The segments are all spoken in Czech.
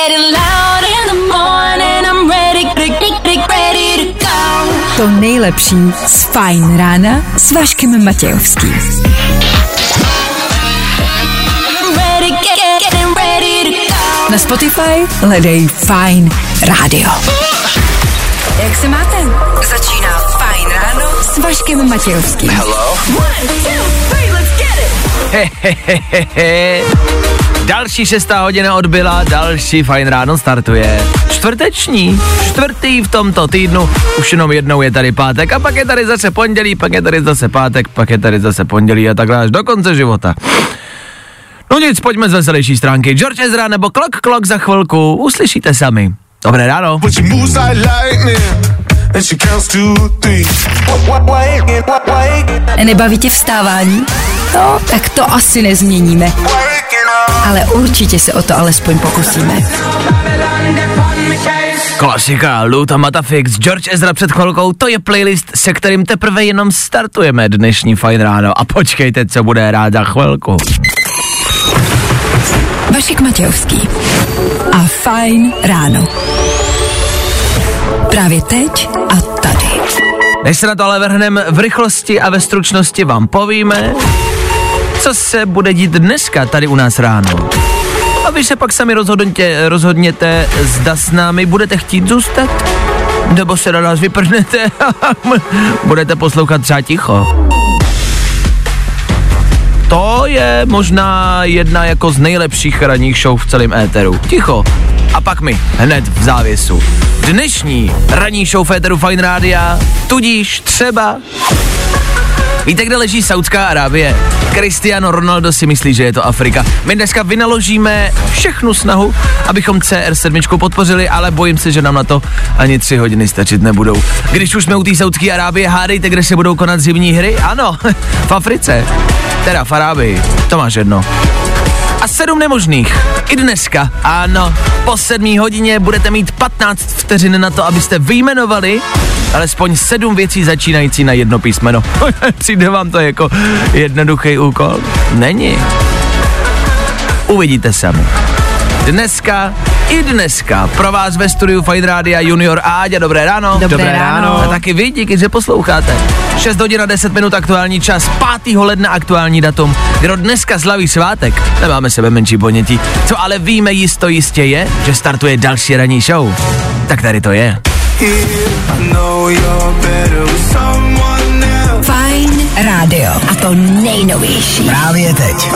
To nejlepší z Fajn rána s Vaškem Matějovským. Na Spotify hledej Fajn rádio. Jak se máte? Začíná Fajn ráno s Vaškem Matějovským. Hello? 1, 2, 3, let's get it. Další 6. hodina odbyla, další Fajn ráno startuje. Čtvrteční, čtvrtý v tomto týdnu, už jenom jednou je tady pátek a pak je tady zase pondělí, pak je tady zase pátek, pak je tady zase pondělí a takhle až do konce života. No nic, pojďme z veselější stránky. George Ezra nebo Clock za chvilku, uslyšíte sami. Dobré ráno. Nebaví tě vstávání? No, tak to asi nezměníme. Ale určitě se o to alespoň pokusíme. Klasika, Luta Matafix, George Ezra před chvilkou, to je playlist, se kterým teprve jenom startujeme dnešní Fajn ráno a počkejte, co bude rád za chvilku. Vašek Matějovský a Fajn ráno. Právě teď a tady. Než se na to ale vrhneme, v rychlosti a ve stručnosti vám povíme, co se bude dít dneska tady u nás ráno. A vy se pak sami rozhodněte, zda s námi budete chtít zůstat, nebo se na nás vyprdnete a budete poslouchat třeba ticho. To je možná jedna jako z nejlepších ranních show v celém éteru. Ticho. A pak my, hned v závěsu. Dnešní ranní show v éteru Fajn rádia, tudíž třeba... Víte, kde leží Saudská Arábie? Cristiano Ronaldo si myslí, že je to Afrika. My dneska vynaložíme všechnu snahu, abychom CR7 podpořili, ale bojím se, že nám na to ani 3 hodiny stačit nebudou. Když už jsme u té Saudské Arábie, hádejte, kde se budou konat zimní hry? Ano, v Africe. Teda v Arábii. To máš jedno. A 7 nemožných. I dneska. Ano, po 7 hodině budete mít 15 vteřin na to, abyste vyjmenovali alespoň 7 věcí začínající na jedno písmeno. Přijde vám to jako jednoduchý úkol? Není. Uvidíte sami. Dneska pro vás ve studiu Fajn rádia Junior a Áďa. Dobré ráno. Dobré ráno. A taky vy, díky, že posloucháte. 6 hodin a 10 minut aktuální čas, 5. ledna aktuální datum. Kdo dneska slaví svátek, nemáme sebe menší ponětí. Co ale víme jistě je, že startuje další ranní show. Tak tady to je. Fajn rádio. A to nejnovější. Právě teď.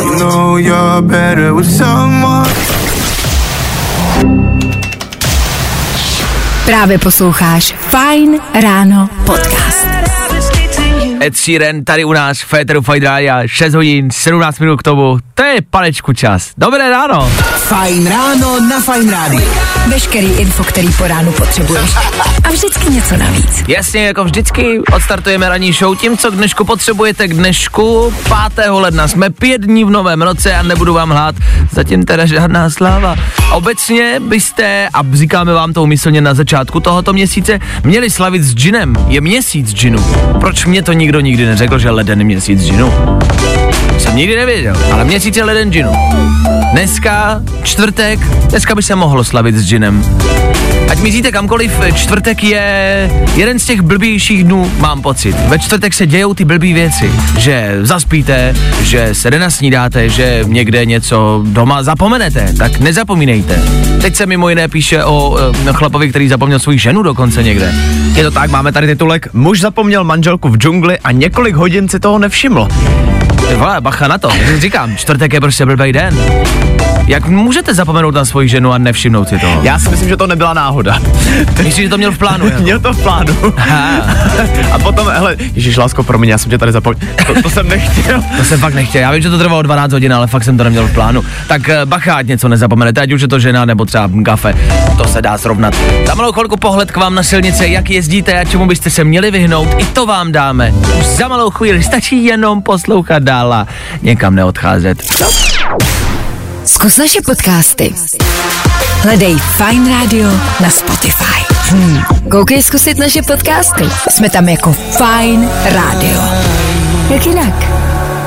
Právě posloucháš Fajn ráno podcast. Ed Sheeran tady u nás v éteru Fajn rádia, 6 hodin, 17 minut k tomu. To je panečku čas. Dobré ráno. Fajn ráno na Fajn rádiu. Veškerý info, který po ránu potřebuješ. A vždycky něco navíc. Jasně, jako vždycky odstartujeme ranní show tím, co k dnešku potřebujete k dnešku. 5. ledna jsme 5 dní v novém roce a nebudu vám lhát, zatím teda žádná sláva. Obecně byste, a říkáme vám to úmyslně na začátku tohoto měsíce, měli slavit s džinem. Je měsíc džinu. Proč mě to nikdo nikdy neřekl, že leden je měsíc džinu? Jsem nikdy nevěděl, ale měsíc je leden džinu. Dneska, čtvrtek, dneska by se mohlo slavit s džinem. Ať míříte kamkoliv, čtvrtek je jeden z těch blbějších dnů, mám pocit. Ve čtvrtek se dějou ty blbý věci, že zaspíte, že se nenasnídáte, že někde něco doma zapomenete, tak nezapomínejte. Teď se mimo jiné píše o chlapovi, který zapomněl svou ženu dokonce někde. Je to tak, máme tady titulek: muž zapomněl manželku v džungli a několik hodin si toho nevšiml. Vole, bacha na to, říkám, čtvrtek je prostě blbej den. Jak můžete zapomenout na svoji ženu a nevšimnout si toho? Já si myslím, že to nebyla náhoda. Myslíš, že to měl v plánu? Jako? Měl to v plánu. A potom, hele, Ježíš, lásko, promiň, já jsem tě tady zapomněl. To jsem nechtěl. To jsem fakt nechtěl. Já vím, že to trvalo 12 hodin, ale fakt jsem to neměl v plánu. Tak bacha, ať něco nezapomenete, ať už je to žena nebo třeba kafe. To se dá srovnat. Za malou chvilku pohled k vám na silnici, jak jezdíte a čemu byste se měli vyhnout, i to vám dáme. Už za malou chvíli stačí jenom poslouchat dál a někam neodcházet. Zkus naše podcasty. Hledej Fajn rádio na Spotify. Koukej zkusit naše podcasty. Jsme tam jako Fajn rádio. Jak jinak?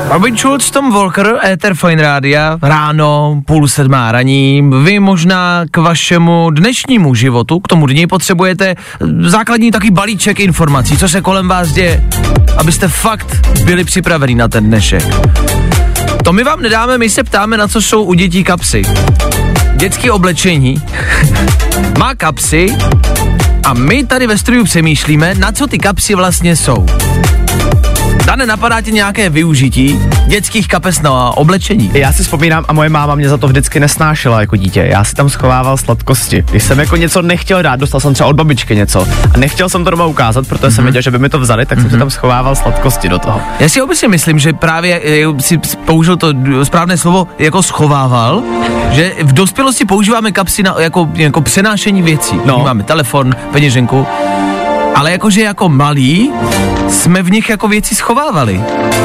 Robin Schulz, Tom Walker, Éter Fajn Rádia, ráno, 6:30 raní. Vy možná k vašemu dnešnímu životu, k tomu dni potřebujete základní taky balíček informací, co se kolem vás děje, abyste fakt byli připraveni na ten dnešek. To my vám nedáme, my se ptáme, na co jsou u dětí kapsy. Dětské oblečení má kapsy a my tady ve studiu přemýšlíme, na co ty kapsy vlastně jsou. Dane, napadá ti nějaké využití dětských kapes na oblečení? Já si vzpomínám a moje máma mě za to vždycky nesnášela jako dítě. Já si tam schovával sladkosti. Když jsem jako něco nechtěl dát, dostal jsem třeba od babičky něco a nechtěl jsem to doma ukázat, protože jsem věděl, že by mi to vzali, tak jsem si tam schovával sladkosti do toho. Já si obecně myslím, že právě si použil to správné slovo jako schovával, že v dospělosti používáme kapsy na, jako přenášení věcí. No. Máme telefon, peněženku, ale jakože jako malí jsme v nich jako věci schovávali.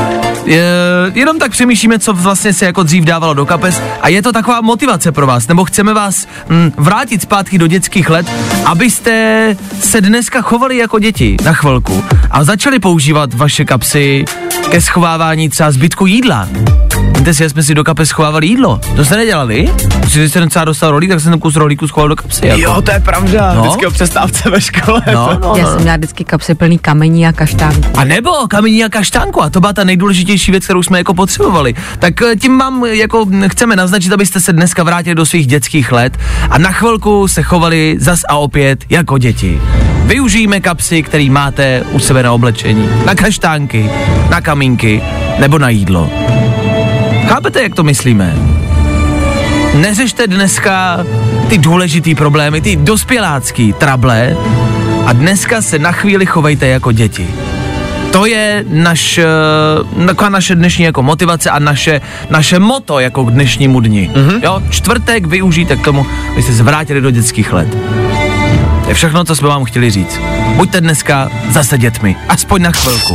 Jenom tak přemýšlíme, co vlastně se jako dřív dávalo do kapes a je to taková motivace pro vás, nebo chceme vás vrátit zpátky do dětských let, abyste se dneska chovali jako děti na chvilku a začali používat vaše kapsy ke schovávání třeba zbytku jídla. Víte si, jsme si do kapes schovávali jídlo. To jste nedělali? Když jsem třeba dostal rohlík, tak jsem ten kus rohlíku schoval do kapsy. Jako. Jo, to je pravda. No? Vždycky o přestávce ve škole. No. Já jsem měla vždycky kapsy plný kamení a kaštánku. A nebo kamení a kaštánku. A to byla ta nejdůležitější věc, kterou jsme jako potřebovali. Tak tím vám jako chceme naznačit, abyste se dneska vrátili do svých dětských let a na chvilku se chovali zas a opět jako děti. Využijeme kapsy, který máte u sebe na oblečení. Na kaštánky, na kamínky nebo na jídlo. Chápete, jak to myslíme? Neřešte dneska ty důležitý problémy, ty dospělácký trable a dneska se na chvíli chovejte jako děti. To je naše dnešní jako motivace a naše motto jako k dnešnímu dni. Jo, čtvrtek využijte k tomu, abyste se vrátili do dětských let. To je všechno, co jsme vám chtěli říct. Buďte dneska zase dětmi, aspoň na chvilku.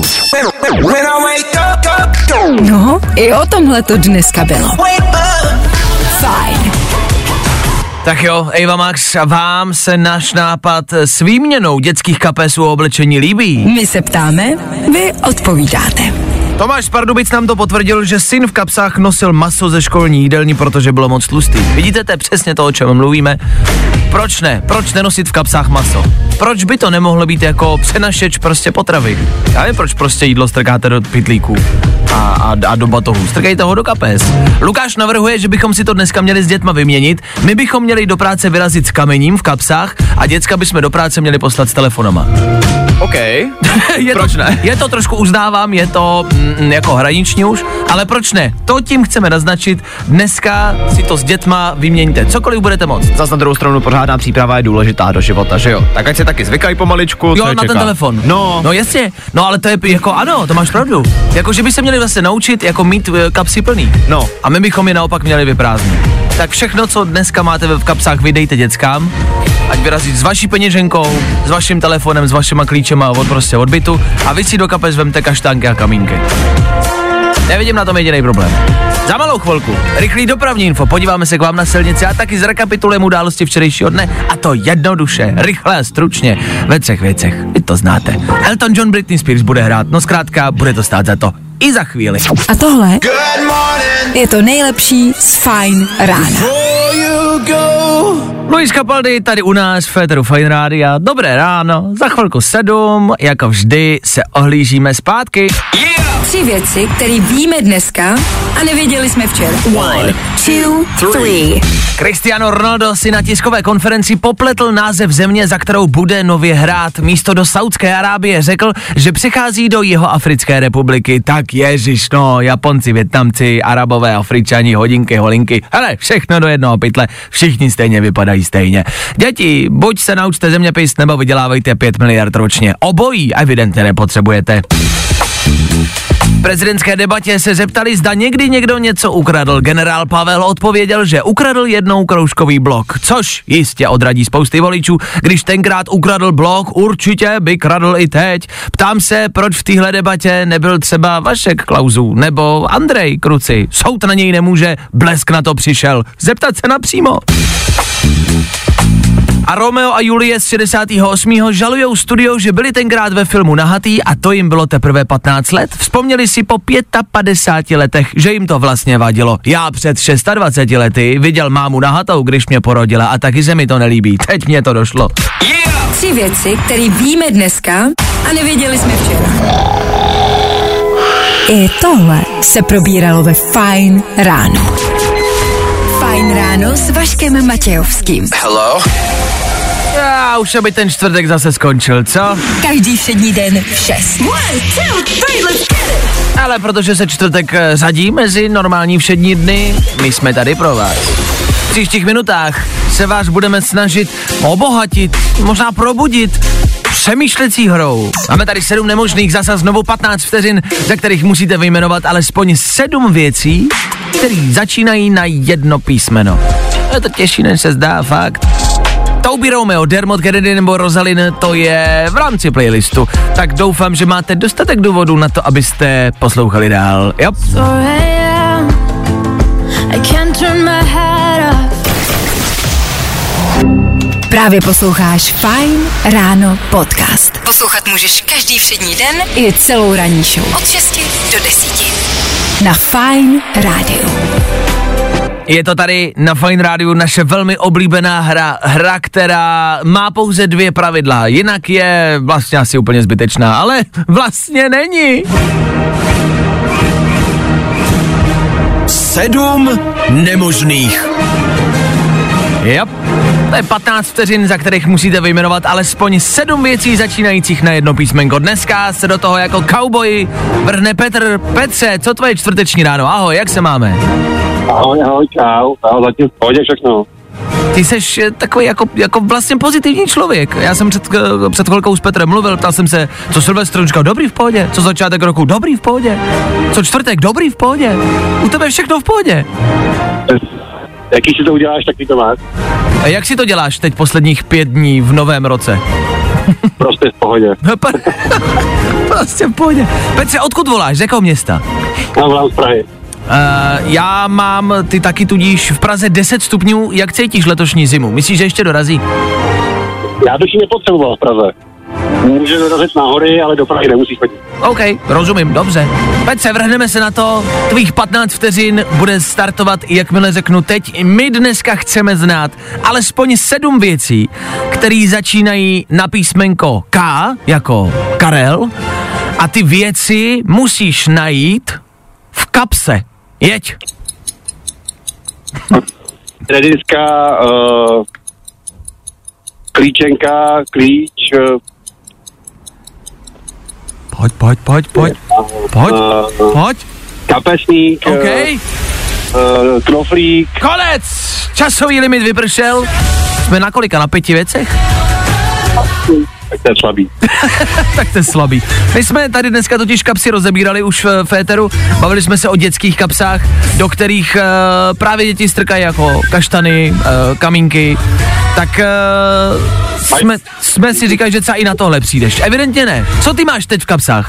No, i o tomhle to dneska bylo. Fajn. Tak jo, Eva Max, vám se náš nápad s výměnou dětských kapes u oblečení líbí? My se ptáme, vy odpovídáte. Tomáš z Pardubic nám to potvrdil, že syn v kapsách nosil maso ze školní jídelny, protože bylo moc tlustý. Vidíte, to je přesně to, o čem mluvíme. Proč ne? Proč nenosit v kapsách maso? Proč by to nemohlo být jako přenašeč prostě potravy? Já nevím, proč prostě jídlo strkáte do pytlíků a do batohů. Strkejte ho do kapes. Lukáš navrhuje, že bychom si to dneska měli s dětma vyměnit. My bychom měli do práce vyrazit s kamením v kapsách a děcka bychom do práce měli poslat s telefonama. OK. Proč ne? Je to trošku uznávám, je to jako hraniční už, ale proč ne? To tím chceme naznačit. Dneska si to s dětma vyměňte. Cokoliv budete moct. Zas na druhou stranu pořádná příprava je důležitá do života, že jo? Tak ať se taky zvykají pomaličku. Jo, na ten telefon. No jasně. No ale to je jako ano, to máš pravdu. Jako že by se měli zase naučit jako mít kapsy plný. No. A my bychom je naopak měli vyprázdnit. Tak všechno, co dneska máte v kapsách, vydejte dětskám. Ať vyrazí s vaší peněženkou, s vaším telefonem, s vašima klíčema od bytu a vy si do kapes vemte kaštánky a kamínky. Nevidím na tom jediný problém. Za malou chvilku, rychlý dopravní info, podíváme se k vám na silnici a taky zrekapitulujeme události včerejšího dne a to jednoduše, rychle a stručně, ve 3 věcech, vy to znáte. Elton John, Britney Spears bude hrát, no zkrátka, bude to stát za to i za chvíli. A tohle je to nejlepší z Fajn rána. Luis Capaldi tady u nás v Féteru Fajn Rádia. Dobré ráno, za chvilku 7, jako vždy se ohlížíme zpátky. 3 věci, které víme dneska a nevěděli jsme včera. 1, 2, 3. Cristiano Ronaldo si na tiskové konferenci popletl název země, za kterou bude nově hrát. Místo do Saudské Arábie řekl, že přichází do Jihoafrické republiky. Tak ježiš, no, Japonci, Vietnamci, Arabové, Afričani, hodinky, holinky. Hele, všechno do jednoho pytle, všichni stejně vypadají stejně. Děti, buď se naučte zeměpis, nebo vydělávejte 5 miliard ročně. Obojí evidentně nepotřebujete. V prezidentské debatě se zeptali, zda někdy někdo něco ukradl. Generál Pavel odpověděl, že ukradl jednou kroužkový blok, což jistě odradí spousty voličů. Když tenkrát ukradl blok, určitě by kradl i teď. Ptám se, proč v téhle debatě nebyl třeba Vašek Klausů nebo Andrej Kruci. Soud na něj nemůže, Blesk na to přišel. Zeptat se napřímo. A Romeo a Julie z 68. žalujou studio, že byli tenkrát ve filmu nahatý a to jim bylo teprve 15 let. Vzpomněli si po 55 letech, že jim to vlastně vadilo. Já před 26 lety viděl mámu nahatou, když mě porodila a taky se mi to nelíbí. Teď mě to došlo. Yeah! 3 věci, které víme dneska a nevěděli jsme včera. I tohle se probíralo ve Fajn ráno. Fajn ráno s Vaškem Matějovským. Hello? Já už aby ten čtvrtek zase skončil, co? Každý všední den v 6. 1, 2, 3, let's get it! Ale protože se čtvrtek řadí mezi normální všední dny, my jsme tady pro vás. V příštích minutách se vás budeme snažit obohatit, možná probudit přemýšlecí hrou. Máme tady 7 nemožných, zase znovu 15 vteřin, za kterých musíte vyjmenovat alespoň 7 věcí, které začínají na jedno písmeno. Je to těžší, než se zdá, fakt. Toby Romeo, Dermot Kennedy nebo Rosalind, to je v rámci playlistu. Tak doufám, že máte dostatek důvodů na to, abyste poslouchali dál. Jo. Právě posloucháš Fajn ráno podcast. Poslouchat můžeš každý všední den i celou ranní show. Od 6 do 10. Na Fajn rádiu. Je to tady na Fajn rádiu naše velmi oblíbená hra, která má pouze 2 pravidla, jinak je vlastně asi úplně zbytečná, ale vlastně není. 7 nemožných. Yep. To je 15 vteřin, za kterých musíte vyjmenovat alespoň 7 věcí začínajících na jedno písmenko. Dneska se do toho jako cowboy vrhne Petr. Petře, co tvoje čtvrteční ráno? Ahoj, jak se máme? Ahoj, čau. Zatím v pohodě všechno. Ty seš takový jako vlastně pozitivní člověk. Já jsem před chvilkou s Petrem mluvil, ptal jsem se, co Silvestr, říkal, dobrý v pohodě, co začátek roku, dobrý v pohodě, co čtvrtek, dobrý v pohodě, u tebe všechno v pohodě. Jaký si to uděláš, tak ty to máš. A jak si to děláš teď posledních 5 dní v novém roce? Prostě v pohodě. Prostě v pohodě. Petře, odkud voláš, z jakého města? Já volám z Prahy. Já mám, ty taky tudíž v Praze 10 stupňů, jak cítíš letošní zimu? Myslíš, že ještě dorazí? Já bych ji nepotřeboval v Praze. Může dorazit na hory, ale do Prahy nemusíš chodit. OK, rozumím, dobře. Petře, vrhneme se na to, tvých 15 vteřin bude startovat, jakmile řeknu teď. My dneska chceme znát alespoň 7 věcí, které začínají na písmenko K, jako Karel, a ty věci musíš najít v kapse. Jeď. Kreditka, klíčenka, klíč. Pojď. Kapesník. OK. Knoflík. Konec! Časový limit vypršel. Jsme na kolika? Na 5 věcech? Tak to je slabý. Tak to je slabý. My jsme tady dneska totiž kapsy rozebírali už v éteru. Bavili jsme se o dětských kapsách, do kterých právě děti strkají jako kaštany, kamínky. Tak jsme si říkali, že třeba i na tohle přijdeš. Evidentně ne. Co ty máš teď v kapsách?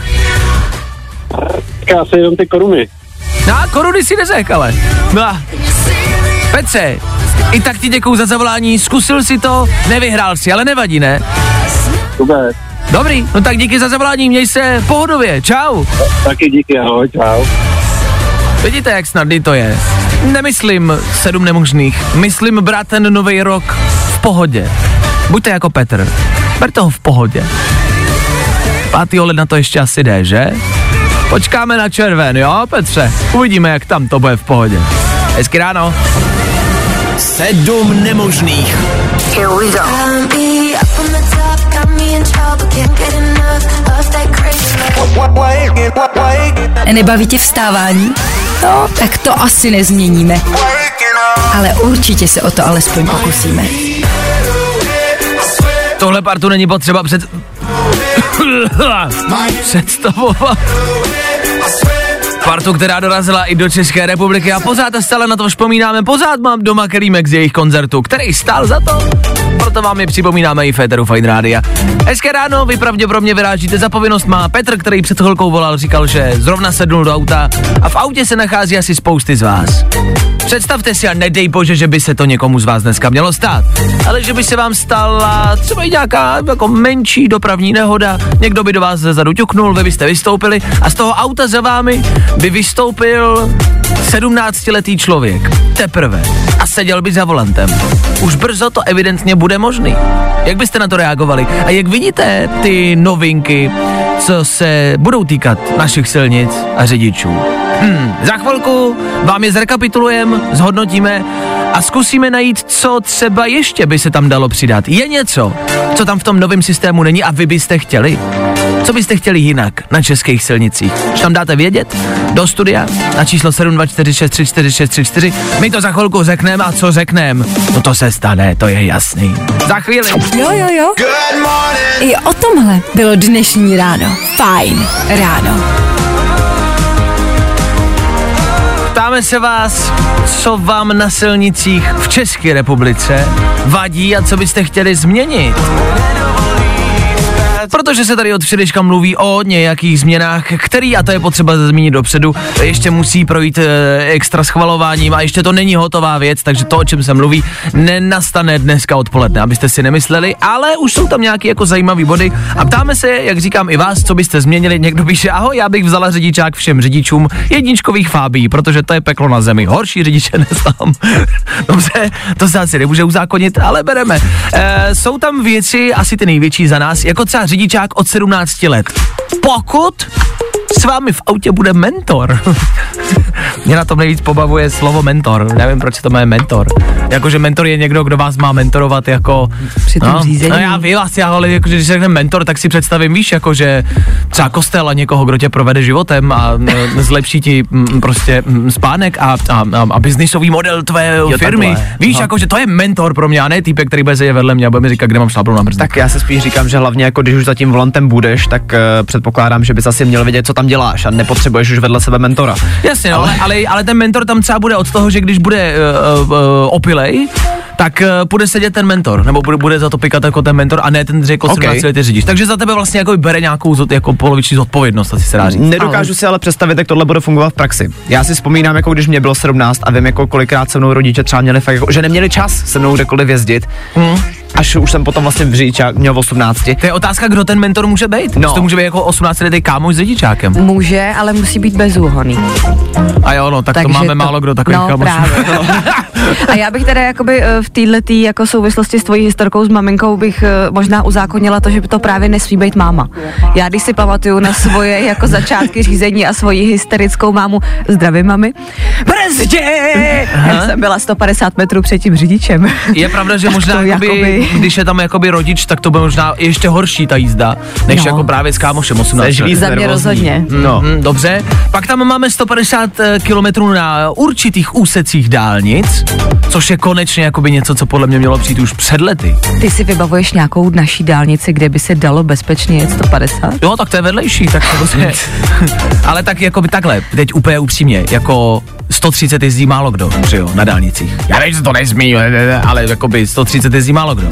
Asi jenom ty koruny. No, koruny si neřek, ale. No. Petře, i tak ti děkuju za zavolání. Zkusil si to, nevyhrál si, ale nevadí, ne? Super. Dobrý, no tak díky za zavolání, měj se pohodově, čau. Taky díky, ahoj, čau. Vidíte, jak snadný to je. Nemyslím 7 nemožných, myslím brát ten nový rok v pohodě. Buďte jako Petr, ber toho v pohodě. 5. ledna to ještě asi jde, že? Počkáme na červen, jo, Petře? Uvidíme, jak tam to bude v pohodě. Hezky ráno. 7 nemožných. Here we go. Nebaví tě vstávání? No, tak to asi nezměníme. Ale určitě se o to alespoň pokusíme. Tohle partu není potřeba představovat. Partu, která dorazila i do České republiky a pořád stále na to vzpomínáme, pořád mám doma kelímek z jejich koncertu, který stál za to. Proto vám je připomínáme i v éteru Fajn rádia. Hezké ráno, vy pravděpodobně vyrážíte, za povinnost má Petr, který před chvilkou volal, říkal, že zrovna sednul do auta a v autě se nachází asi spousty z vás. Představte si, a nedej bože, že by se to někomu z vás dneska mělo stát, ale že by se vám stala třeba i nějaká jako menší dopravní nehoda, někdo by do vás zezadu ťuknul, vy byste vystoupili a z toho auta za vámi by vystoupil 17letý člověk. Teprve. A seděl by za volantem. Už brzo to evidentně bude možný. Jak byste na to reagovali? A jak vidíte ty novinky, co se budou týkat našich silnic a řidičů? Za chvilku vám je zrekapitulujeme, zhodnotíme a zkusíme najít, co třeba ještě by se tam dalo přidat. Je něco, co tam v tom novém systému není a vy byste chtěli? Co byste chtěli jinak na českých silnicích? Už tam dáte vědět? Do studia na číslo 724634634. My to za chvilku řekneme a co řekneme? No to se stane, to je jasný. Za chvíli. Jo. I o tomhle bylo dnešní ráno. Fajn ráno. Ptáme se vás, co vám na silnicích v České republice vadí a co byste chtěli změnit. Protože se tady od včerejška mluví o nějakých změnách, který, a to je potřeba zmínit dopředu, ještě musí projít extra schvalováním a ještě to není hotová věc, takže to, o čem se mluví, nenastane dneska odpoledne, abyste si nemysleli, ale už jsou tam nějaké jako zajímavý body a ptáme se, jak říkám i vás, co byste změnili. Někdo píše, ahoj, já bych vzala řidičák všem řidičům jedničkových Fábí, protože to je peklo na zemi, horší řidiče neznám. Dobře, to se asi nemůže uzákonit, ale bereme. Jsou tam věci, asi ty největší za nás, jako třeba řidičák od 17 let. Pokud s vámi v autě bude mentor. Mě na tom nejvíc pobavuje slovo mentor. Nevím, proč se to jmenuje mentor. Jakože mentor je někdo, kdo vás má mentorovat jako... Při tom řízení. No já vím asi, ale jakože, když řekne mentor, tak si představím, víš, jakože třeba kostel a někoho, kdo tě provede životem a zlepší ti prostě spánek a biznisový model tvé firmy. Takhle. Víš, jakože to je mentor pro mě a ne týpek, který bude sedět vedle mě a bude mi říkat, kde mám šlápnout na brzdu. Tak já se spíš říkám, že hlavně jako když už za tím volantem budeš, tak předpokládám, že bys asi měl vědět, co tam děláš a nepotřebuješ už vedle sebe mentora. Jasně, no, ale ten mentor tam třeba bude od toho, že když bude opilej, tak bude sedět ten mentor, nebo bude za to pikat jako ten mentor a ne ten jako 17 letý řidič. Takže za tebe vlastně jako bere nějakou jako poloviční zodpovědnost, asi se dá říct. Nedokážu si ale představit, jak tohle bude fungovat v praxi. Já si vzpomínám, jako když mě bylo 17 a vím, jako kolikrát se mnou rodiče třeba měli fakt, jako, že neměli čas se mnou kdekoliv jezdit. Až už jsem potom vlastně v řidičák měl 18. To je otázka, kdo ten mentor může být. No. To může být jako 18letý kámoš s řidičákem. Může, ale musí být bezúhonný. A jo, no, tak takže to máme málo kdo takových kámošů. A já bych teda jakoby v této jako souvislosti s tvojí historkou s maminkou bych možná uzákonila to, že by to právě nesmí být máma. Já když si pamatuju na svoje jako začátky řízení a svoji hysterickou mámu, zdravím mami, brzdě! Já jsem byla 150 metrů před tím řidičem. Je pravda, že možná jakoby, když je tam jakoby rodič, tak to bude možná ještě horší ta jízda, než jako právě s kámošem 18. Za mě rozhodně. No, dobře. Pak tam máme 150 kilometrů na určitých úsecích dálnic, což je konečně jakoby něco, co podle mě mělo přijít už před lety. Ty si vybavuješ nějakou naší dálnici, kde by se dalo bezpečně jet 150? Jo, tak to je vedlejší, tak to prostě. Ale tak jakoby takhle, teď úplně upřímně, jako 130 jezdí málo kdo, že jo, na dálnicích. Já vím, že to nesmí, ale jakoby 130 jezdí málo kdo.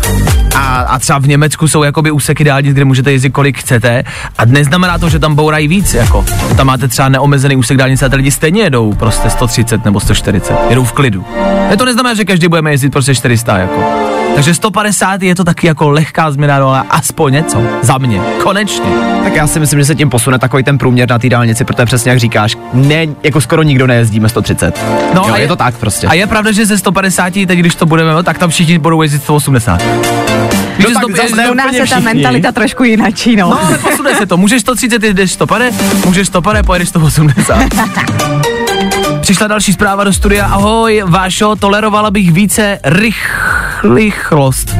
A třeba v Německu jsou jakoby úseky dálnic, kde můžete jezdit kolik chcete a neznamená to, že tam bourají víc, jako. Tam máte třeba neomezený úsek dálnice a ty lidi stejně jedou prostě 130 nebo 140, jedou v klidu. To neznamená, že každý budeme jezdit prostě 400, jako. Takže 150 je to taky jako lehká změna, no, ale aspoň něco, za mě, konečně. Tak já si myslím, že se tím posune takový ten průměr na té dálnici, protože přesně jak říkáš, ne, jako skoro nikdo nejezdíme 130. No jo, je to tak prostě. A je pravda, že ze 150, teď když to budeme, tak tam všichni budou jezdit 180. No tak u nás je ta mentalita trošku jinačí, no. No ale posune se to, můžeš 130, jdeš 150, můžeš 150, pojedeš 180. Přišla další zpráva do studia, ahoj Vášo, tolerovala bych více rychlost.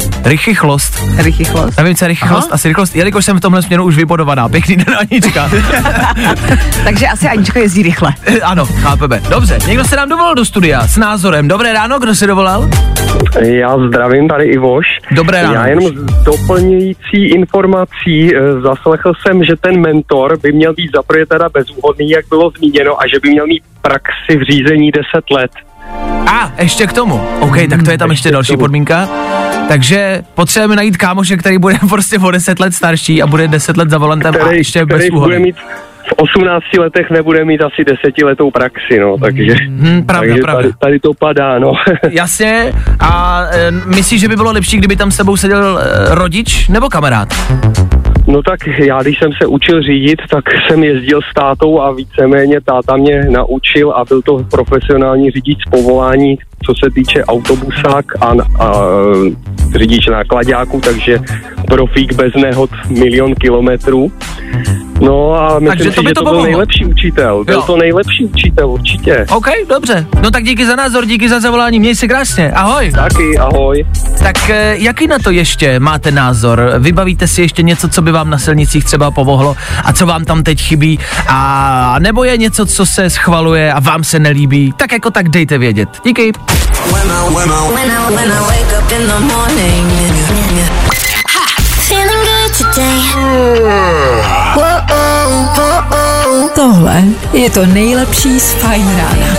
Nevím, co je rychlost, asi rychlost, jelikož jsem v tomhle směru už vybodovaná. Pěkný den, Anička. Takže asi Anička jezdí rychle. Ano, chápeme. Dobře, někdo se nám dovolal do studia s názorem. Dobré ráno, kdo se dovolal? Já zdravím, tady Ivoš. Dobré ráno. Já jenom z doplňující informací zaslechl jsem, že ten mentor by měl být zaprvé teda bezúhodný, jak bylo zmíněno, a že by měl mít praxi v řízení 10 let. A, ještě k tomu. OK, tak to je tam ještě další podmínka. Takže potřebujeme najít kámoše, který bude prostě o 10 let starší a bude 10 let za volantem a ještě bezúhodný. v 18 letech nebude mít asi 10letou praxi, no, takže, pravda. Tady to padá, no. Jasně, a myslíš, že by bylo lepší, kdyby tam s tebou seděl rodič nebo kamarád? No tak já, když jsem se učil řídit, tak jsem jezdil s tátou a víceméně táta mě naučil a byl to profesionální řidič z povolání, co se týče autobusák a řidič náklaďáků, takže profík bez nehod 1 000 000 kilometrů. No a myslím si, že to byl nejlepší učitel. Byl to nejlepší učitel, určitě. OK, dobře. No tak díky za názor, díky za zavolání, měj se krásně, ahoj. Taky, ahoj. Tak jaký na to ještě máte názor? Vybavíte si ještě něco, co by vám na silnicích třeba pomohlo a co vám tam teď chybí? A nebo je něco, co se schvaluje a vám se nelíbí? Tak jako tak dejte vědět. Díky. Tohle je to nejlepší z Fajn rána.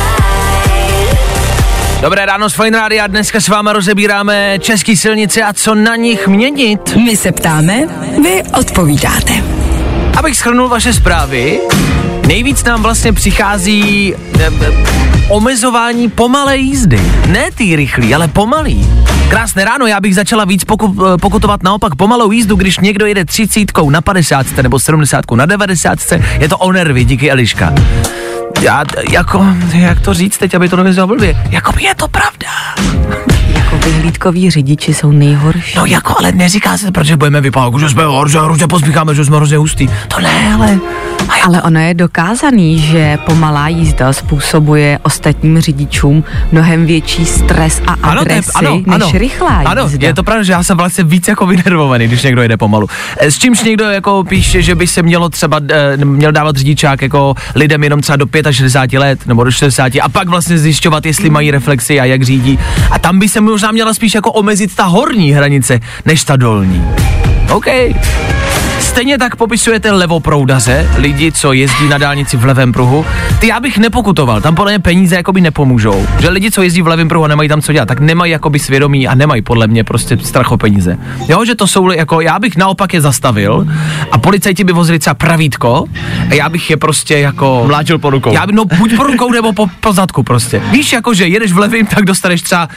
Dobré ráno z Fajn rádia, dneska s váma rozebíráme český silnice a co na nich měnit. My se ptáme, vy odpovídáte. Abych shrnul vaše zprávy, nejvíc nám vlastně přichází omezování pomalé jízdy. Ne ty rychlý, ale pomalý. Krásné ráno, já bych začala víc pokutovat naopak pomalou jízdu, když někdo jede 30 na 50 nebo 70 na 90, je to o nervy, díky Eliška. Já, jak to říct teď, aby to nevyzval blbě, jakoby je to pravda. Jako vyhlídkoví řidiči jsou nejhorší. No jako, ale neříká se, protože budeme vypadat, že jsme hrozně pospícháme, že jsme hrozně hustý. To ne, ale... Ale ono je dokázaný, že pomalá jízda způsobuje ostatním řidičům mnohem větší stres a agresi než rychlá jízda. Ano, je to pravda, že já jsem vlastně víc jako vynervovaný, když někdo jede pomalu. S čímž někdo jako píše, že by se mělo třeba měl dávat řidičák jako lidem jenom třeba do 65 let nebo do 60 a pak vlastně zjišťovat, jestli mají reflexy a jak řídí. A tam by se možná měla spíš jako omezit ta horní hranice, než ta dolní. OK. Stejně tak popisujete levoproudaře, lidi, co jezdí na dálnici v levém pruhu. Ty já bych nepokutoval, tam podle mě peníze jakoby nepomůžou. Že lidi, co jezdí v levém pruhu a nemají tam co dělat, tak nemají jakoby svědomí a nemají podle mě prostě strach o peníze. Jo, že to jsou jako, já bych naopak je zastavil a policajti by vozili třeba pravítko a já bych je prostě jako... Mlátil po rukou. Já by, no buď po rukou nebo po zadku prostě. Víš, jako že jedeš v levém, tak dostaneš třeba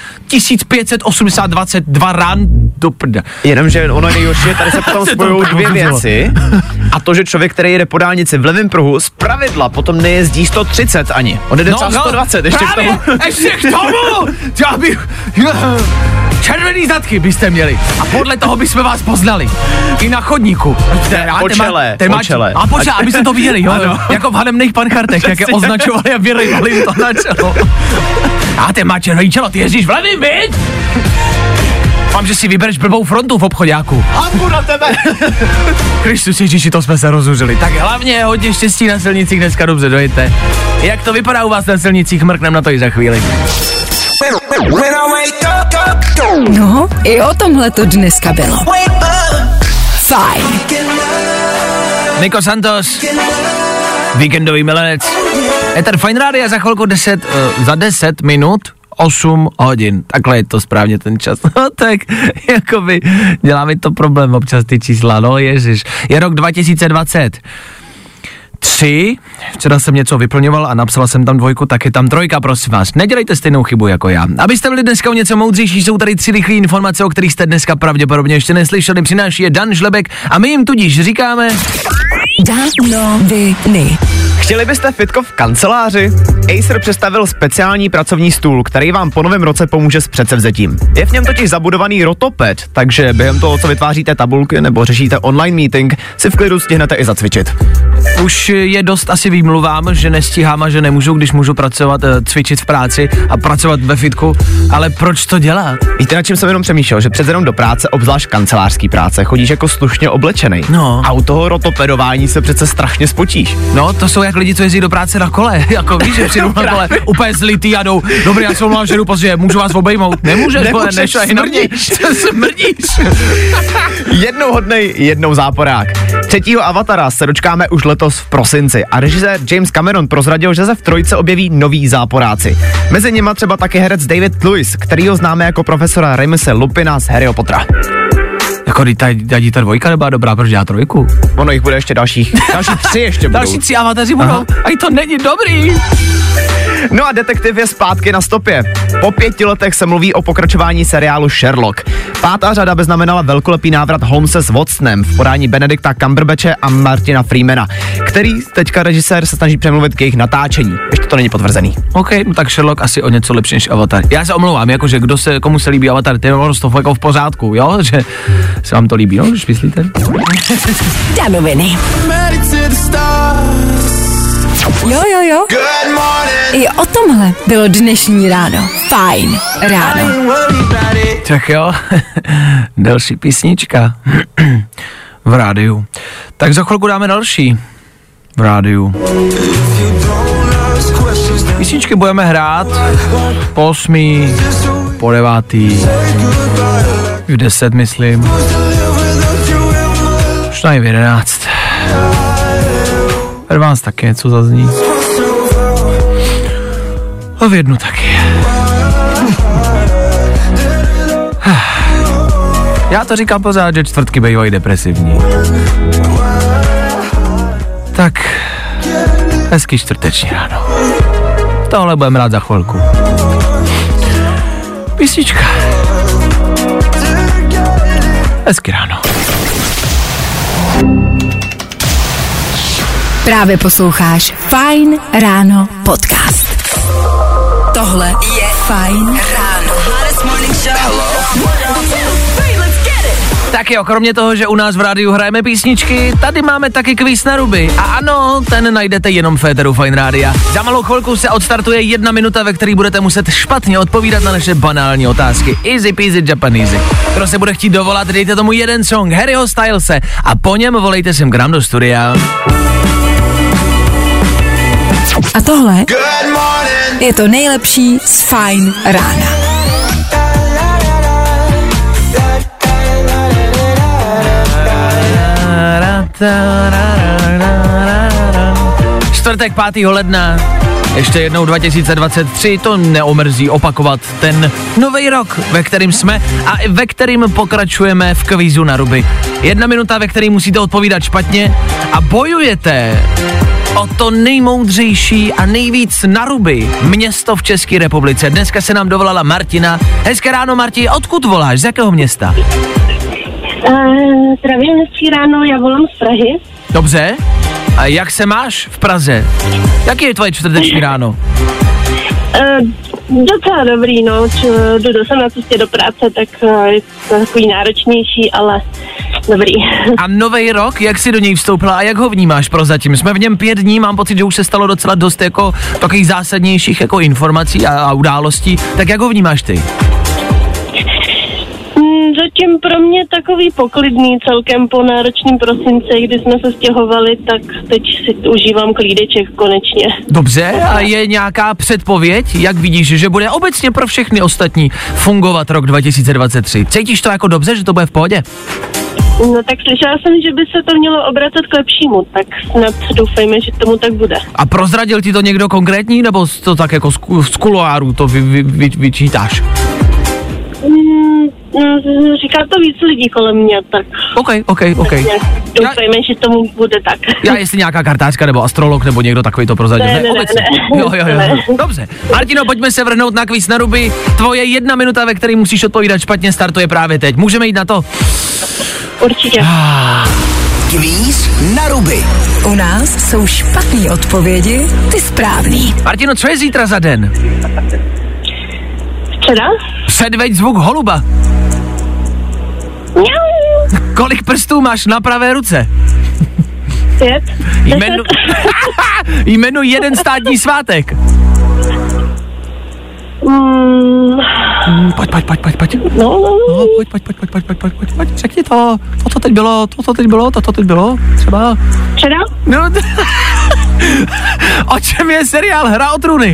1522 rán do prda. Jenomže ono nejhorší, tady se potom spojou dvě věci. A to, že člověk, který jede po dálnici v levém pruhu, zpravidla potom nejezdí 130 ani. On jede třeba 120, ještě k tomu. Ještě k tomu! Já bych... Červený zadky byste měli. A podle toho bychom vás poznali. I na chodníku. Po čele. A počkej, aby se to viděli, jo? Jako v hanemných panchartech, jak je označovali a vyrejvali jim to na čelo. A ty má červený čelo, ty jezdíš v levým, viď? Mám, že si vybereš blbou frontu v obchodáku. Hambu na tebe! Kristus Ježíši, to jsme se rozuřili. Tak hlavně hodně štěstí na silnicích, dneska dobře dojete. Jak to vypadá u vás na silnicích, mrknem na to i za chvíli. No, i o tomhle to dneska bylo. Fajn. Nico Santos, víkendový milenec. Ether Fajn rádia za chvilku za 10 minut 8 hodin. Takhle je to správně ten čas. No tak, jakoby, dělá mi to problém občas ty čísla, no ježiš. Je rok 2023, včera jsem něco vyplňoval a napsala jsem tam 2, tak je tam 3, prosím vás. Nedělejte stejnou chybu jako já. Abyste byli dneska o něco moudřejší, jsou tady 3 rychlé informace, o kterých jste dneska pravděpodobně ještě neslyšeli. Přináší je Dan Žlebek a my jim tudíž říkáme... Danoviny. Chtěli byste fitko v kanceláři? Acer představil speciální pracovní stůl, který vám po novém roce pomůže s předsevzetím. Je v něm totiž zabudovaný rotoped, takže během toho, co vytváříte tabulky nebo řešíte online meeting, si v klidu stihnete i zacvičit. Už je dost asi výmluvám, že nestíhám a že nemůžu, když můžu pracovat, cvičit v práci a pracovat ve fitku, ale proč to dělat? Víte, na čím jsem jenom přemýšlel, že přece jenom do práce, obzvlášť kancelářský práce, chodíš jako slušně oblečenej. No. A u toho rotopedování se přece strašně spotíš. No, to jsou jak lidi, co jezdí do práce na kole, jako víš, že přijdou na kole, úplně zlitý a jdou, dobrý, já se omlouvám, že jdu pozdě, můžu vás obejmout? Nemůžeš, smrdíš. Jednou hodnej, jednou záporák. 3. Avatara se dočkáme už letos v prosinci a režisér James Cameron prozradil, že se v 3 objeví noví záporáci. Mezi nimi třeba taky herec David Lewis, kterýho známe jako profesora Remuse Lupina z Harryho Pottera. Jako ta dvojka nebyla dobrá, protože já trojku. Ono jich bude ještě další 3 ještě budou. Další 3 avataři budou. A i to není dobrý. No a detektiv je zpátky na stopě. Po 5 letech se mluví o pokračování seriálu Sherlock. 5. řada by znamenala velkolepý návrat Holmese s Watsonem v podání Benedicta Cumberbatche a Martina Freemana, který teďka režisér se snaží přemluvit k jejich natáčení. Ještě to není potvrzený. OK, no tak Sherlock asi o něco lepší než Avatar. Já se omlouvám, jakože komu se líbí Avatar, ty je to jako v pořádku, jo? Že se vám to líbí, no? Když myslíte? Danoviny. Jo. I o tomhle bylo dnešní ráno. Fajn ráno. Tak jo, další písnička v rádiu. Tak za chvilku dáme další v rádiu. Písničky budeme hrát po 8, po 9, v 10 myslím, už v 11. Ve 12 taky něco zazní. A v 1 taky. Já to říkám pořád, že čtvrtky bývají depresivní. Tak, hezký čtvrteční ráno. Tohle budeme rád za chvilku. Písnička. Hezký ráno. Právě posloucháš Fajn ráno podcast. Tohle je Fajn ráno. Tak jo, kromě toho, že u nás v rádiu hrajeme písničky, tady máme taky kvíz na ruby. A ano, ten najdete jenom v éteru Fajn rádia. Za malou chvilku se odstartuje 1 minuta, ve který budete muset špatně odpovídat na naše banální otázky. Easy peasy Japaneasy. Kdo se bude chtít dovolat, dejte tomu jeden song Harryho Stylese a po něm volejte sem k nám do studia. A tohle je to nejlepší z Fajn rána. Čtvrtek 5. ledna, ještě jednou 2023, to neomrzí opakovat ten nový rok, ve kterým jsme a ve kterým pokračujeme v kvízu na ruby. 1 minuta, ve který musíte odpovídat špatně a bojujete o to nejmoudřejší a nejvíc na ruby město v České republice. Dneska se nám dovolala Martina. Hezké ráno, Marti, odkud voláš, z jakého města? Zdravím, hezký ráno, já volám z Prahy. Dobře. A jak se máš v Praze? Jaký je tvoje čtvrteční ráno? Docela dobrý, no. Jsem na cestě do práce, tak je to takový náročnější, ale dobrý. A nový rok, jak jsi do něj vstoupila a jak ho vnímáš prozatím? Jsme v něm 5 dní, mám pocit, že už se stalo docela dost jako takových zásadnějších jako informací a událostí. Tak jak ho vnímáš ty? Zatím pro mě takový poklidný celkem po náročném prosinci, kdy jsme se stěhovali, tak teď si užívám klídeček konečně. Dobře, a je nějaká předpověď, jak vidíš, že bude obecně pro všechny ostatní fungovat rok 2023? Cítíš to jako dobře, že to bude v pohodě? No tak slyšela jsem, že by se to mělo obracet k lepšímu, tak snad doufejme, že tomu tak bude. A prozradil ti to někdo konkrétní, nebo to tak jako z kuloáru to vyčítáš? Říká to víc lidí kolem mě, tak... OK. Doufejme, že tomu bude tak. Já jestli nějaká kartářka nebo astrolog nebo někdo takový to prozradil. Ne. Jo. Dobře. Martino, pojďme se vrhnout na kvíz na ruby. Tvoje 1 minuta, ve které musíš odpovídat špatně, startuje právě teď. Můžeme jít na to? Určitě. Kvíz na ruby. U nás jsou špatné odpovědi, ty správný. Martino, co je zítra za den? Středa? Předveď zvuk holuba. Kolik prstů máš na pravé ruce? 5. Jmenuj jeden státní svátek. Pojď. No. Pojď, řekni to. Toto teď bylo, třeba. Středa? No, o čem je seriál Hra o trůny?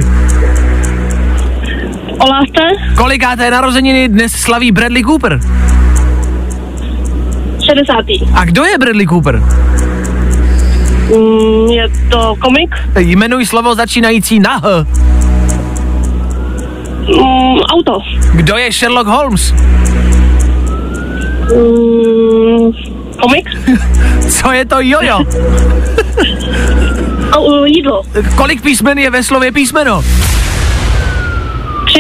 O lásce? Kolikáté narozeniny dnes slaví Bradley Cooper? 60. A kdo je Bradley Cooper? Je to komik? Jmenuj slovo začínající na H. Auto. Kdo je Sherlock Holmes? Komik? Co je to jojo? Jídlo. Kolik písmen je ve slově písmeno? 3.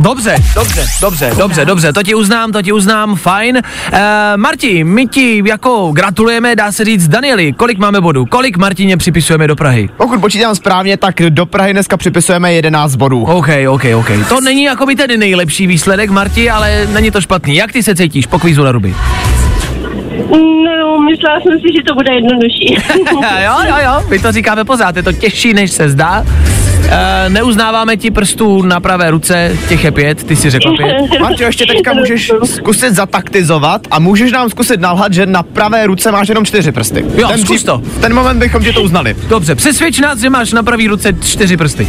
Dobře, to ti uznám, fajn. Marti, my ti jako gratulujeme, dá se říct, Danieli, kolik máme bodů? Kolik Martině připisujeme do Prahy? Pokud počítám správně, tak do Prahy dneska připisujeme 11 bodů. OK. To není jako by ten nejlepší výsledek, Marti, ale není to špatný. Jak ty se cítíš po kvízu na ruby? No, myslela jsem si, že to bude jednodušší. jo, my to říkáme pořád, je to těžší, než se zdá. Neuznáváme ti prstů na pravé ruce, těch je 5, ty si řekla 5. Marťo, ještě teďka můžeš zkusit zataktizovat a můžeš nám zkusit nalhat, že na pravé ruce máš jenom 4 prsty. Jo, zkus to. V ten moment bychom ti to uznali. Dobře, přesvědč nás, že máš na pravé ruce 4 prsty.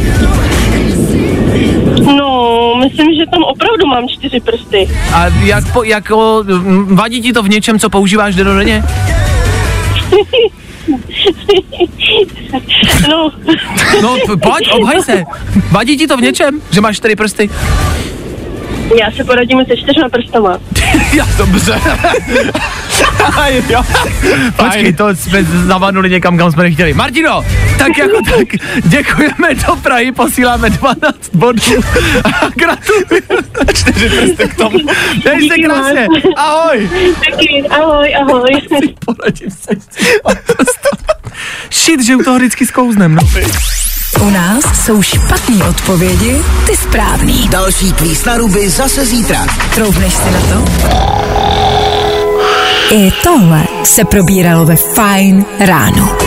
No, myslím, že tam opravdu mám 4 prsty. A jako vadí ti to v něčem, co používáš dennodenně? No, pojď, obhaj se. Vadí ti to v něčem, že máš 4 prsty? Já se poradím se 4 prstama. Já, dobře. Počkej, to jsme zavadnuli někam, kam jsme nechtěli. Martino, tak jako tak, děkujeme do Prahy, posíláme 12 bodů a gratulujeme. 4 prsty k tomu. Dej se krásně, ahoj. Taky, ahoj. Poradím se. Shit, že u toho vždycky zkouznem, no. U nás jsou špatné odpovědi, ty správný. Další kvíz na ruby zase zítra. Troufneš si na to? I tohle se probíralo ve Fajn ráno.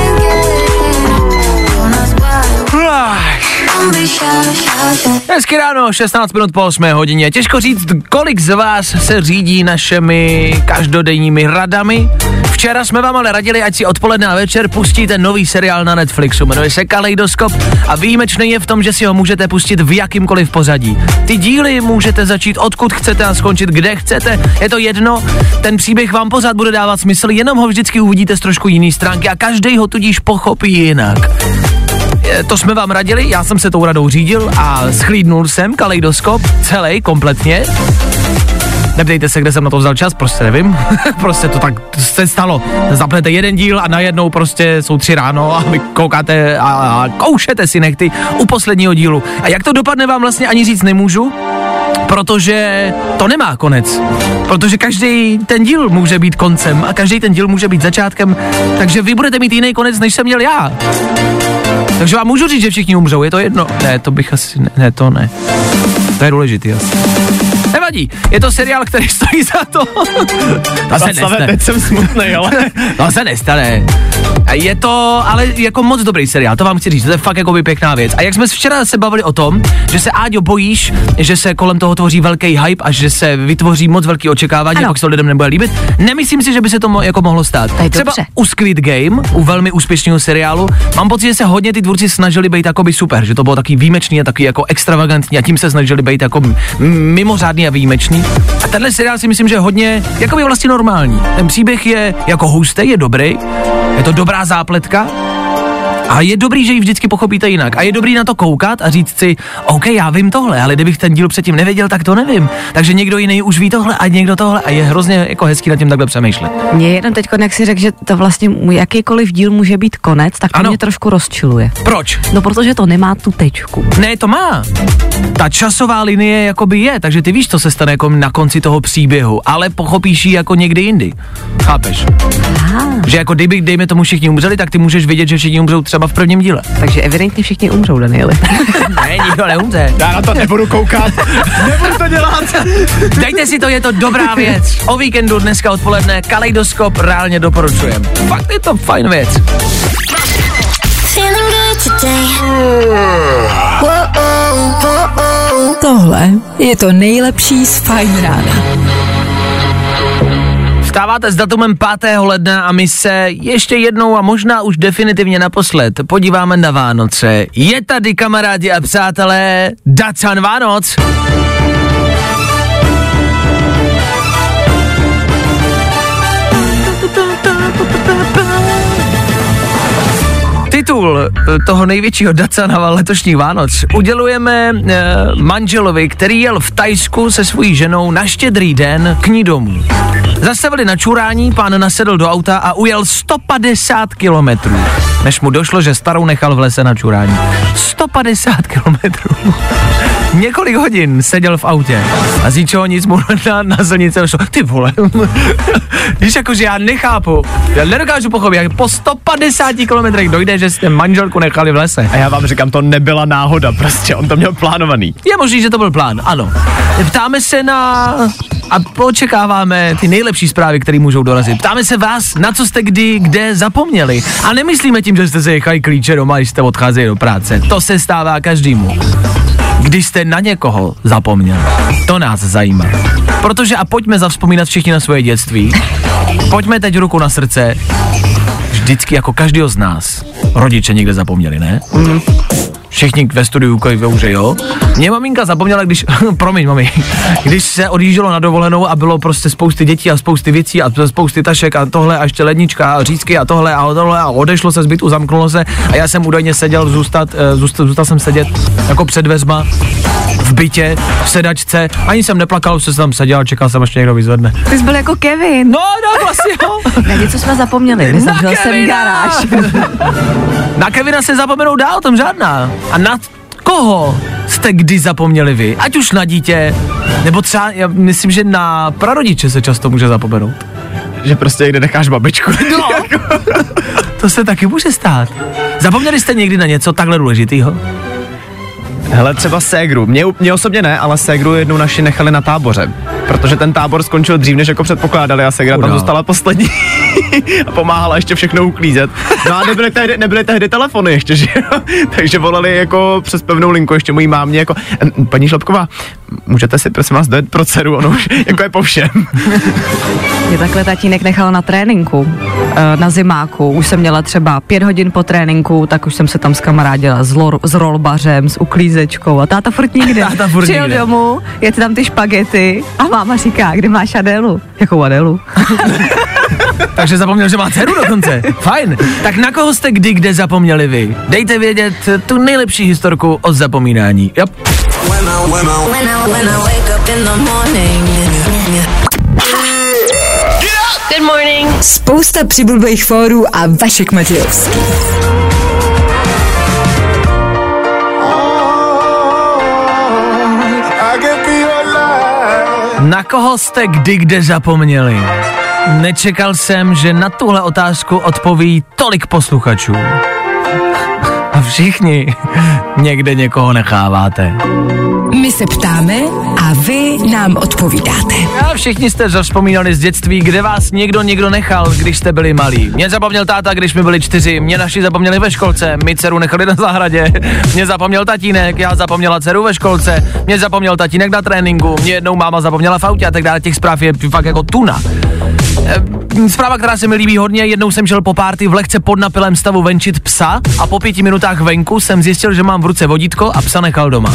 Hezky ráno, 16 minut po 8 hodině. Těžko říct, kolik z vás se řídí našimi každodenními radami. Včera jsme vám ale radili, ať si odpoledne a večer pustíte nový seriál na Netflixu. Jmenuje se Kaleidoskop a výjimečný je v tom, že si ho můžete pustit v jakýmkoliv pořadí. Ty díly můžete začít odkud chcete a skončit kde chcete. Je to jedno, ten příběh vám pořád bude dávat smysl, jenom ho vždycky uvidíte z trošku jiný stránky a každý ho tudíž pochopí jinak. To jsme vám radili, já jsem se tou radou řídil a schlídnul jsem Kaleidoskop celý, kompletně. Neptejte se, kde jsem na to vzal čas, prostě nevím. Prostě to tak se stalo. Zapnete jeden díl a najednou prostě jsou 3 ráno a vy koukáte a koušete si nechty u posledního dílu. A jak to dopadne, vám vlastně ani říct nemůžu, protože to nemá konec. Protože každý ten díl může být koncem a každý ten díl může být začátkem, takže vy budete mít jiný konec, než jsem měl já. Takže vám můžu říct, že všichni umřou, je to jedno? Ne, to bych asi, ne, to ne. To je důležitý asi. Nevadí, je to seriál, který stojí za to. To se nestane. Teď jsem smutnej, ale... To se nestane. Je to ale jako moc dobrý seriál, to vám chci říct, to je fakt jako by pěkná věc. A jak jsme včera se bavili o tom, že se, Áďo, bojíš, že se kolem toho tvoří velký hype a že se vytvoří moc velký očekávání, pak se to lidem nebude líbit. Nemyslím si, že by se to jako mohlo stát. Třeba u Squid Game, u velmi úspěšného seriálu, mám pocit, že se hodně ty tvůrci snažili být jakoby super, že to bylo taky výjimečný a taky jako extravagantní a tím se snažili být jako mimořádný a výjimečný. A tenhle seriál si myslím, že je hodně jakoby vlastně normální. Ten příběh je jako hustý, je dobrý, je to dobrá zápletka a je dobrý, že ji vždycky pochopíte jinak. A je dobrý na to koukat a říct si, OK, já vím tohle, ale kdybych ten díl předtím nevěděl, tak to nevím. Takže někdo jiný už ví tohle a někdo tohle a je hrozně jako hezký nad tím takhle přemýšlet. Mě jenom teď, jak si řekl, že to vlastně jakýkoliv díl může být konec, tak to mě trošku rozčiluje. Proč? No, protože to nemá tu tečku. Ne, to má. Ta časová linie jakoby je, takže ty víš, co se stane jako na konci toho příběhu, ale pochopíš ji jako někdy jindy. Chápeš? Že jako kdyby, dejme tomu, všichni umřeli, tak ty můžeš vědět, že všichni umřou třeba v prvním díle. Takže evidentně všichni umřou, Danieli. Ne, nikdo neumře. Já na to nebudu koukat. Nebudu to dělat. Dejte si to, je to dobrá věc. O víkendu dneska odpoledne Kaleidoskop reálně doporučujem. Fakt je to fajn věc. Tohle je to nejlepší z Fajn rána. Vstáváte s datumem 5. ledna a my se ještě jednou a možná už definitivně naposled podíváme na Vánoce. Je tady, kamarádi a přátelé, Dacan Vánoc. Titul toho největšího Dacana letošních Vánoc udělujeme manželovi, který jel v Thajsku se svojí ženou na Štědrý den k ní domů. Zastavili na čurání, pán nasedl do auta a ujel 150 kilometrů, než mu došlo, že starou nechal v lese na čurání. 150 kilometrů. Několik hodin seděl v autě a z ničeho nic mu na silnici došlo. Ty vole. Víš, jakože já nechápu. Já nedokážu pochopit, jak po 150 kilometrech dojde, že jste manželku nechali v lese. A já vám říkám, to nebyla náhoda, prostě on to měl plánovaný. Je možný, že to byl plán, ano. Ptáme se a očekáváme ty nejlepší zprávy, které můžou dorazit. Ptáme se vás, na co jste kde zapomněli. A nemyslíme tím, že jste si nechali klíče doma, když jste odcházeli do práce. To se stává každému. Když jste na někoho zapomněli. To nás zajímá. Protože a pojďme zavzpomínat všichni na svoje dětství. Pojďme teď ruku na srdce. Vždycky jako každýho z nás rodiče někde zapomněli, ne? Všichni ve studiu kojivou, že jo? Mě maminka zapomněla, když se odjíždělo na dovolenou a bylo prostě spousty dětí a spousty věcí a spousty tašek a tohle a ještě lednička a řízky a tohle a odešlo se z bytu, zamknulo se a já jsem údajně seděl zůstal jsem sedět jako před dveřma v bytě, v sedačce, ani jsem neplakal, jsem tam seděl a čekal jsem, až někdo vyzvedne. Ty jsi byl jako Kevin. No, vlastně jo. Na něco jsme zapomněli, nezavřel jsem garáž. Na Kevina se zapomenout dá, o tom žádná. A na koho jste kdy zapomněli vy? Ať už na dítě, nebo třeba, já myslím, že na prarodiče se často může zapomenout. Že prostě někde necháš babičku. No, to se taky může stát. Zapomněli jste někdy na něco takhle důležitýho? Hele, třeba ségru. Mě osobně ne, ale ségru jednou naši nechali na táboře. Protože ten tábor skončil dřív, než jako předpokládali a ségra tam zůstala poslední a pomáhala ještě všechno uklízet. No a nebyly tehdy telefony ještě, že jo? Takže volali jako přes pevnou linku ještě mojí mámě jako paní Šlapková, můžete si prosím vás dojet pro dceru, ono už jako je po všem. Mě takhle tatínek nechal na tréninku, na zimáku. Už jsem měla třeba 5 hodin po tréninku, tak už jsem se tam skamarádila s rolbařem, s uklízečkou a táta furt nikde. Přijel domů, je tam ty špagety a máma říká, kde máš Adélu? Jakou Adélu? Takže zapomněl, že má dceru dokonce. Fajn. Tak na koho jste kde zapomněli vy? Dejte vědět tu nejlepší historku o zapomínání. Yep. Good morning. Spousta přibulbých fórů a Vašek Matějovský. Na koho jste kde zapomněli? Nečekal jsem, že na tuhle otázku odpoví tolik posluchačů. A všichni někde někoho necháváte. My se ptáme a vy nám odpovídáte. A všichni jste zavzpomínali z dětství, kde vás někdo nechal, když jste byli malí. Mě zapomněl táta, když mi byli 4, mě naši zapomněli ve školce, my dceru nechali na zahradě, mě zapomněl tatínek, já zapomněla dceru ve školce, mě zapomněl tatínek na tréninku, mě jednou máma zapomněla v autě a tak dále, těch zpráv je fakt jako tuna. Zpráva, která se mi líbí hodně, jednou jsem šel po párty v lehce podnapilém stavu venčit psa a po 5 minutách venku jsem zjistil, že mám v ruce vodítko a psa nechal doma.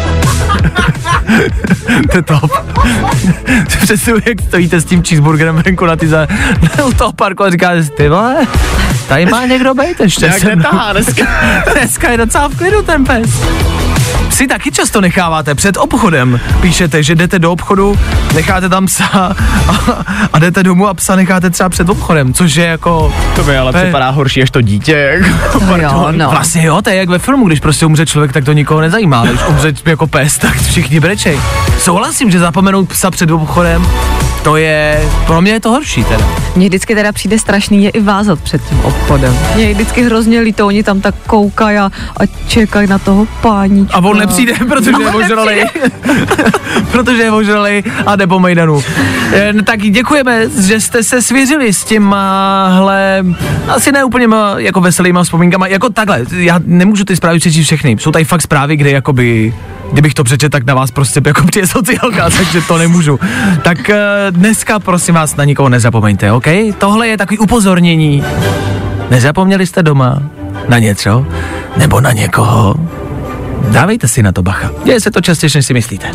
To je top. Představuji, jak stojíte s tím cheeseburgerem venku na u toho parku a říkáte, ty vole, tady má někdo bejt ještě. Jak netahá dneska. Dneska je docela v klidu ten pes. Psi taky často necháváte před obchodem. Píšete, že jdete do obchodu, necháte tam psa a jdete domů a psa necháte třeba před obchodem, což je jako... To mi ale připadá horší, až to dítě. Jo, no. Vlastně jo, to je jak ve filmu, když prostě umře člověk, tak to nikoho nezajímá, ale když umře jako pes, tak všichni brečej. Souhlasím, že zapomenout psa před obchodem, to je, pro mě je to horší teda. Mně vždycky teda přijde strašný je i vázat před tím obchodem. Mě je vždycky hrozně líto, oni tam tak koukají a čekají na toho páníčka. A on nepřijde, protože je ožralej. Protože je ožralej a jde po mejdanu. Tak děkujeme, že jste se svěřili s těmahle asi ne úplně jako veselýma vzpomínkama, jako takhle, já nemůžu ty zprávy přečíst všechny, jsou tady fakt zprávy, kde jakoby, kdybych to přečet, tak na vás prostě jako přijde sociálka, takže to nemůžu. Tak dneska prosím vás na nikoho nezapomeňte, OK? Tohle je takový upozornění. Nezapomněli jste doma na něco nebo na někoho? Dávejte si na to bacha. Děje se to častěji, než si myslíte.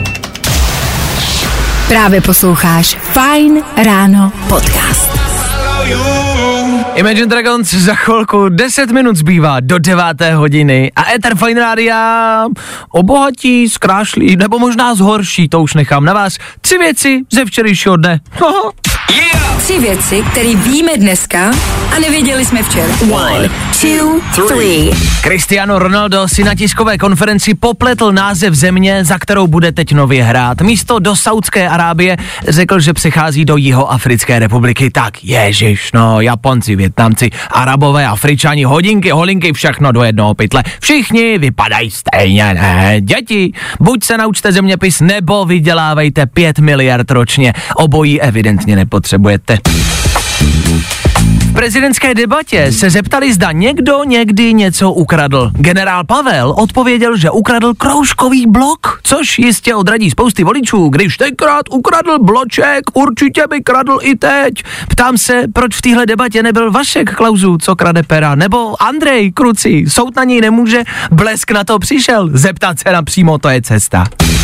Právě posloucháš Fajn ráno podcast. Imagine Dragons za chvilku, 10 minut zbývá do 9. hodiny a Éter Fajn Rádia obohatí, zkrášlí, nebo možná zhorší, to už nechám na vás. 3 věci ze včerejšího dne. Yeah. 3 věci, které víme dneska a nevěděli jsme včera. 1, 2, 3. Cristiano Ronaldo si na tiskové konferenci popletl název země, za kterou bude teď nově hrát. Místo do Saudské Arábie řekl, že přechází do Jihoafrické republiky. Tak ježiš, no, Japonci, Vietnamci, Arabové, Afričani, hodinky, holinky, všechno do jednoho pytle. Všichni vypadají stejně, ne? Děti, buď se naučte zeměpis, nebo vydělávejte 5 miliard ročně. Obojí evidentně nepotřebujete. V prezidentské debatě se zeptali, zda někdo někdy něco ukradl. Generál Pavel odpověděl, že ukradl kroužkový blok, což jistě odradí spousty voličů. Když tenkrát ukradl bloček, určitě by kradl i teď. Ptám se, proč v téhle debatě nebyl Vašek Klauzu, co krade pera, nebo Andrej Kruci, soud na něj nemůže, Blesk na to přišel. Zeptat se napřímo, to je cesta.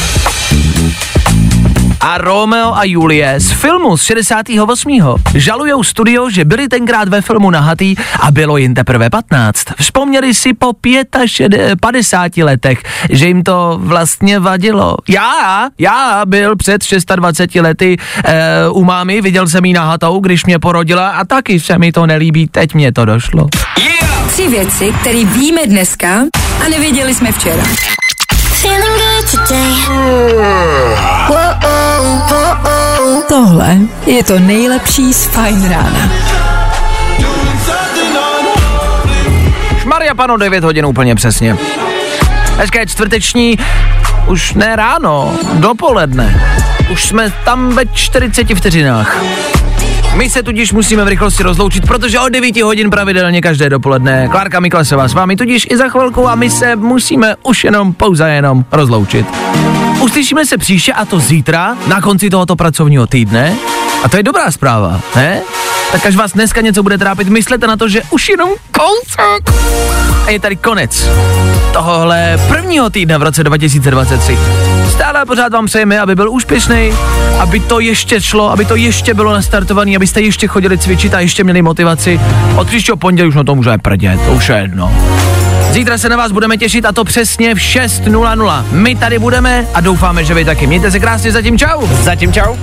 A Romeo a Julie z filmu z 68. žalujou studio, že byli tenkrát ve filmu nahatý a bylo jim teprve 15. Vzpomněli si po 50 letech, že jim to vlastně vadilo. Já byl před 26 lety u mámy, viděl jsem jí nahatou, když mě porodila a taky se mi to nelíbí, teď mě to došlo. Yeah. 3 věci, které víme dneska a nevěděli jsme včera. Tohle je to nejlepší z Fajn rána. Šmarja pano, 9 hodin úplně přesně. Hezké čtvrteční, už ne ráno, dopoledne. Už jsme tam ve 40 vteřinách. My se tudíž musíme v rychlosti rozloučit, protože od 9 hodin pravidelně každé dopoledne Klárka Miklasová s vámi tudíž i za chvilku a my se musíme už pouze jenom rozloučit. Uslyšíme se příště a to zítra, na konci tohoto pracovního týdne. A to je dobrá zpráva, ne? Tak až vás dneska něco bude trápit, myslete na to, že už jenom kousek. A je tady konec tohohle prvního týdne v roce 2023. Stále pořád vám přejeme, aby byl úspěšný, aby to ještě šlo, aby to ještě bylo nastartované, abyste ještě chodili cvičit a ještě měli motivaci. Od příštího pondělí už na to můžeme prdět, to už je jedno. Zítra se na vás budeme těšit a to přesně v 6:00. My tady budeme a doufáme, že vy taky. Mějte se krásně, zatím čau. Zatím čau.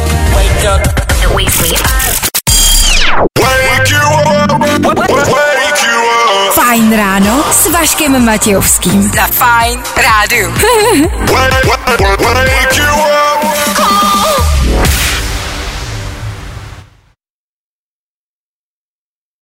Fajn ráno s Vaškem Matějovským. Za Fajn rádiu.